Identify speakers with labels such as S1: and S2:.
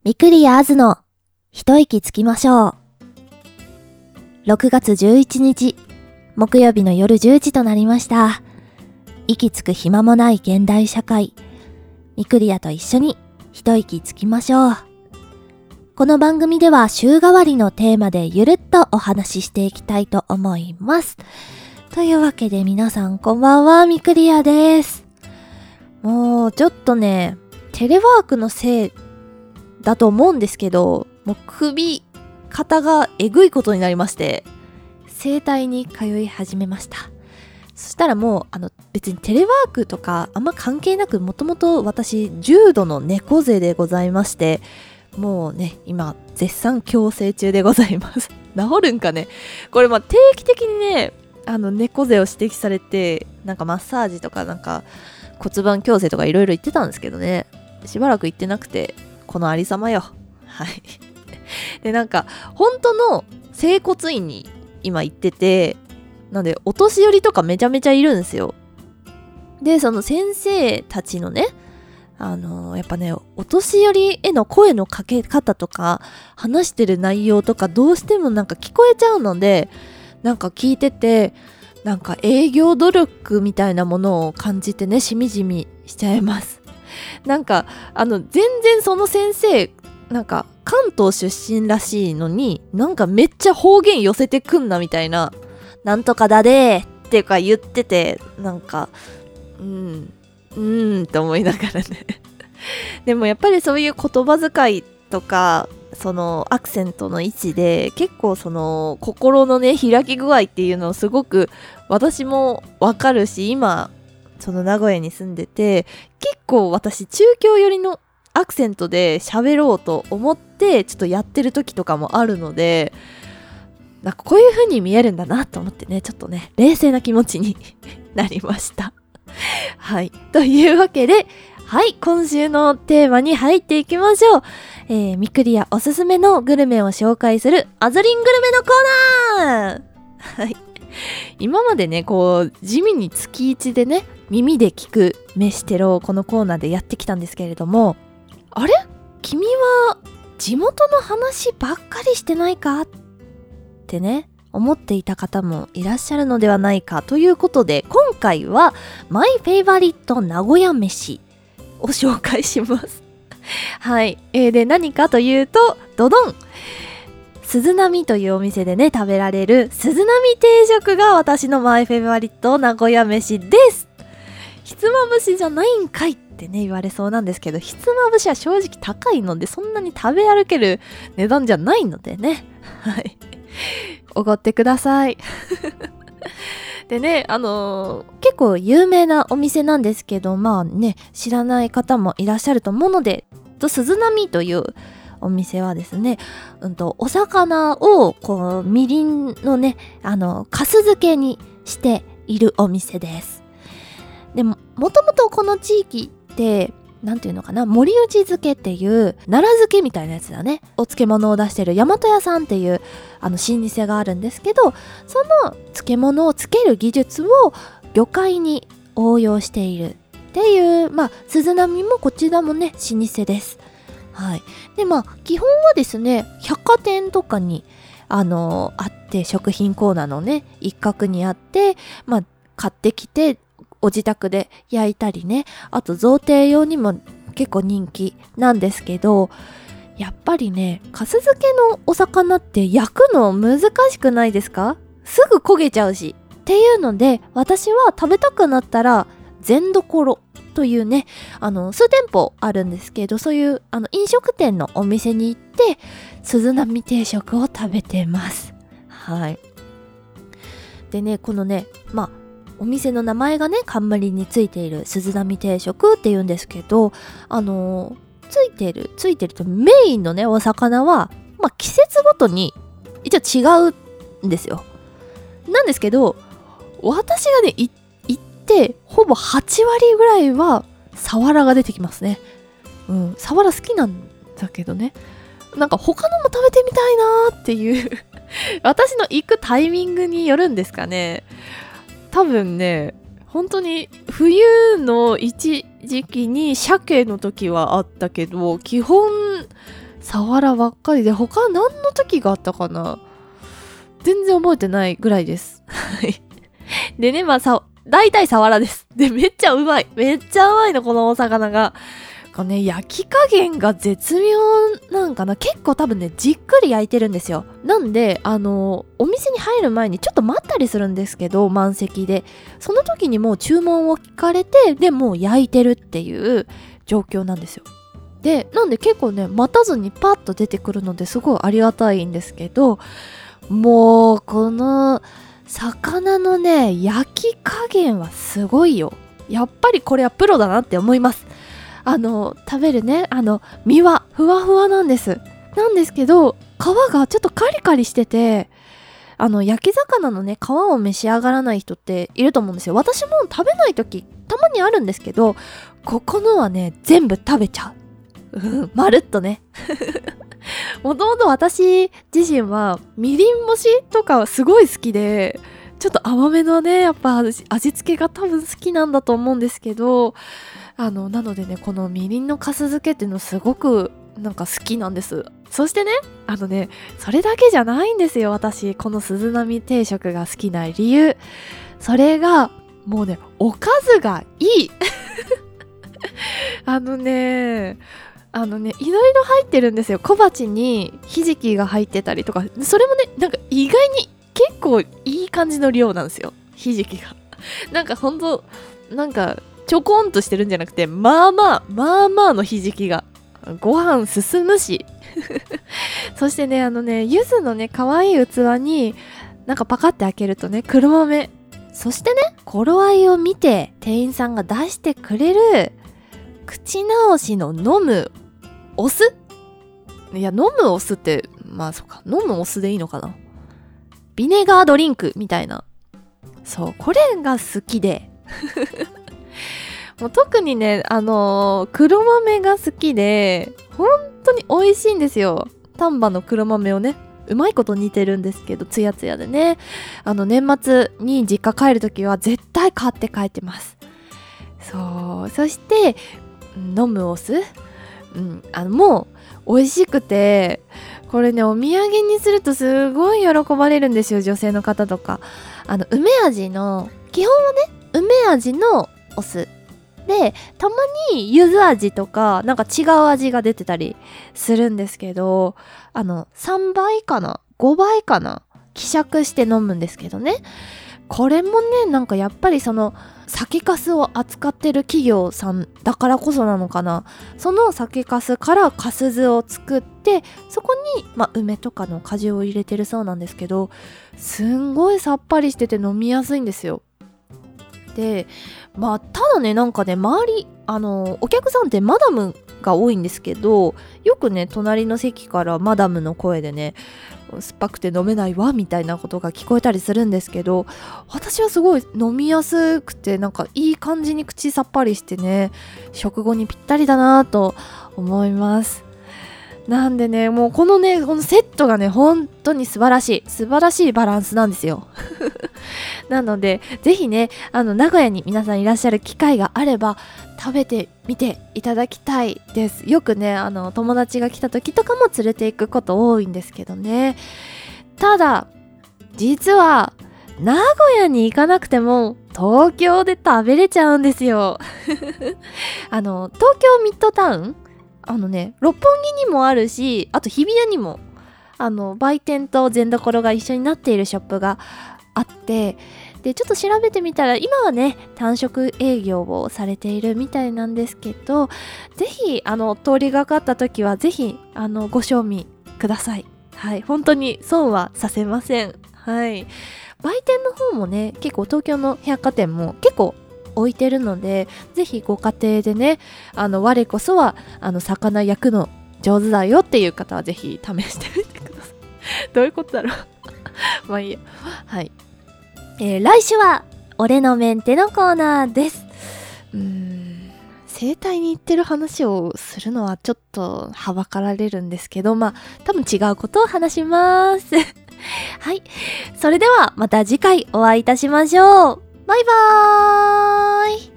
S1: みくりやあずの一息つきましょう。6月11日木曜日の夜10時となりました。息つく暇もない現代社会、みくりやと一緒に一息つきましょう。この番組では週替わりのテーマでゆるっとお話ししていきたいと思います。というわけで皆さんこんばんは、みくりやです。もうちょっとね、テレワークのせいだと思うんですけど、もう首肩がえぐいことになりまして、整体に通い始めました。そしたらもう別にテレワークとかあんま関係なく、もともと私重度の猫背でございまして、もうね今絶賛矯正中でございます。治るんかねこれ。定期的にね猫背を指摘されて、なんかマッサージとかなんか骨盤矯正とかいろいろ言ってたんですけどね、しばらく行ってなくて、このありさまよ。はいで、なんか本当の整骨院に今行ってて、なんでお年寄りとかめちゃめちゃいるんですよ。でその先生たちのね、やっぱね、お年寄りへの声のかけ方とか話してる内容とかどうしてもなんか聞こえちゃうので、なんか聞いてて、なんか営業努力みたいなものを感じてね、しみじみしちゃいます。なんか全然その先生なんか関東出身らしいのに、なんかめっちゃ方言寄せてくんなみたいな、なんとかだでっていうか言ってて、なんかって思いながらねでもやっぱりそういう言葉遣いとか、そのアクセントの位置で結構その心のね開き具合っていうのをすごく私もわかるし、今その名古屋に住んでて、結構私中京寄りのアクセントで喋ろうと思ってちょっとやってる時とかもあるので、なんかこういう風に見えるんだなと思ってね、ちょっとね冷静な気持ちになりましたはい、というわけで、はい、今週のテーマに入っていきましょう。みくりやおすすめのグルメを紹介するあずりんグルメのコーナー。はい、今までねこう地味に月1でね耳で聞く飯テロをこのコーナーでやってきたんですけれども、あれ？君は地元の話ばっかりしてないかってね思っていた方もいらっしゃるのではないかということで、今回はマイフェイバリット名古屋飯を紹介しますはい、で何かというと、ドドン、鈴波というお店でね食べられる鈴波定食が私のマイフェイバリット名古屋飯です。ひつまぶしじゃないんかいってね言われそうなんですけど、ひつまぶしは正直高いので、そんなに食べ歩ける値段じゃないのでね、はいおごってくださいでね、結構有名なお店なんですけど、まあね知らない方もいらっしゃると思うので、鈴波というお店はですね、お魚をこうみりんのねかす漬けにしているお店です。でもともとこの地域ってなんていうのかな、森内漬けっていう奈良漬けみたいなやつだね、お漬物を出してる大和屋さんっていう老舗があるんですけど、その漬物をつける技術を魚介に応用しているっていう、鈴波もこちらもね老舗です。はい。で基本はですね、百貨店とかにあって、食品コーナーのね一角にあって、買ってきてお自宅で焼いたりね、あと贈呈用にも結構人気なんですけど、やっぱりねかす漬けのお魚って焼くの難しくないですか？すぐ焦げちゃうしっていうので、私は食べたくなったら禅所というね数店舗あるんですけど、そういう飲食店のお店に行って鈴波定食を食べてます。はい。でね、このねお店の名前がね冠についている鈴波定食っていうんですけど、ついてるとメインのねお魚は季節ごとに一応違うんですよ。なんですけど、私がね行ってほぼ8割ぐらいはサワラが出てきますね。サワラ好きなんだけどね、なんか他のも食べてみたいなっていう私の行くタイミングによるんですかね。多分ね本当に冬の一時期に鮭の時はあったけど、基本サワラばっかりで、他何の時があったかな、全然覚えてないぐらいです。でね、大体サワラです。で、めっちゃうまいの、このお魚が。このね、焼き加減が絶妙なんかな。結構多分ね、じっくり焼いてるんですよ。なんで、お店に入る前にちょっと待ったりするんですけど、満席で。その時にもう注文を聞かれて、で、もう焼いてるっていう状況なんですよ。で、なんで結構ね、待たずにパッと出てくるのですごいありがたいんですけど、もう、この、魚のね、焼き加減はすごいよ。やっぱりこれはプロだなって思います。食べるね、身はふわふわなんです。なんですけど、皮がちょっとカリカリしてて、焼き魚のね、皮を召し上がらない人っていると思うんですよ。私も食べない時、たまにあるんですけど、ここのはね、全部食べちゃう。まるっとね。もともと私自身はみりん干しとかはすごい好きで、ちょっと甘めのね、やっぱ味付けが多分好きなんだと思うんですけど、なのでね、このみりんのかす漬けっていうのすごくなんか好きなんです。そしてね、それだけじゃないんですよ。私、この鈴波定食が好きな理由。それが、もうね、おかずがいいいろいろ入ってるんですよ。小鉢にひじきが入ってたりとか、それもね、なんか意外に結構いい感じの量なんですよ。ひじきが。なんかほんと、なんかちょこんとしてるんじゃなくて、まあまあのひじきが。ご飯進むし。そしてね、柚子のね、可愛い器に、なんかパカって開けるとね、黒豆。そしてね、頃合いを見て店員さんが出してくれる、口直しの飲むお酢。いや、飲むお酢って、まあそっか、飲むお酢でいいのかな。ビネガードリンクみたいな。そう、これが好きで。もう特にね、黒豆が好きで、本当に美味しいんですよ。丹波の黒豆をね、うまいこと似てるんですけど、ツヤツヤでね。年末に実家帰るときは絶対買って帰ってます。そう。そして、飲むお酢、もう美味しくて、これね、お土産にするとすごい喜ばれるんですよ、女性の方とか。梅味の、基本はね、梅味のお酢で、たまに柚子味とかなんか違う味が出てたりするんですけど、3倍かな5倍かな希釈して飲むんですけどね。これもね、なんかやっぱりその酒粕を扱ってる企業さんだからこそなのかな。その酒粕から粕酢を作って、そこに、梅とかの果汁を入れてるそうなんですけど、すんごいさっぱりしてて飲みやすいんですよ。で、ただね、なんかね、周りお客さんってマダムが多いんですけど、よくね、隣の席からマダムの声でね、酸っぱくて飲めないわみたいなことが聞こえたりするんですけど、私はすごい飲みやすくて、なんかいい感じに口さっぱりしてね、食後にぴったりだなと思います。なんでね、もうこのセットがね、本当に素晴らしいバランスなんですよ。なので、ぜひね、名古屋に皆さんいらっしゃる機会があれば、食べてみていただきたいです。よくね、友達が来た時とかも連れて行くこと多いんですけどね。ただ、実は、名古屋に行かなくても、東京で食べれちゃうんですよ。東京ミッドタウン六本木にもあるし、あと日比谷にも、売店と膳所が一緒になっているショップがあって、で、ちょっと調べてみたら、今はね、単色営業をされているみたいなんですけど、ぜひ、通りがかった時は、ぜひ、ご賞味ください。はい、本当に損はさせません。はい。売店の方もね、結構東京の百貨店も結構置いてるので、ぜひご家庭でね、我こそは魚焼くの上手だよっていう方はぜひ試してみてください。どういうことだろう。まあいいや。はい。来週は俺のメンテのコーナーです。整体に行ってる話をするのはちょっとはばかられるんですけど、多分違うことを話します。はい。それではまた次回お会いいたしましょう。バイバーイ。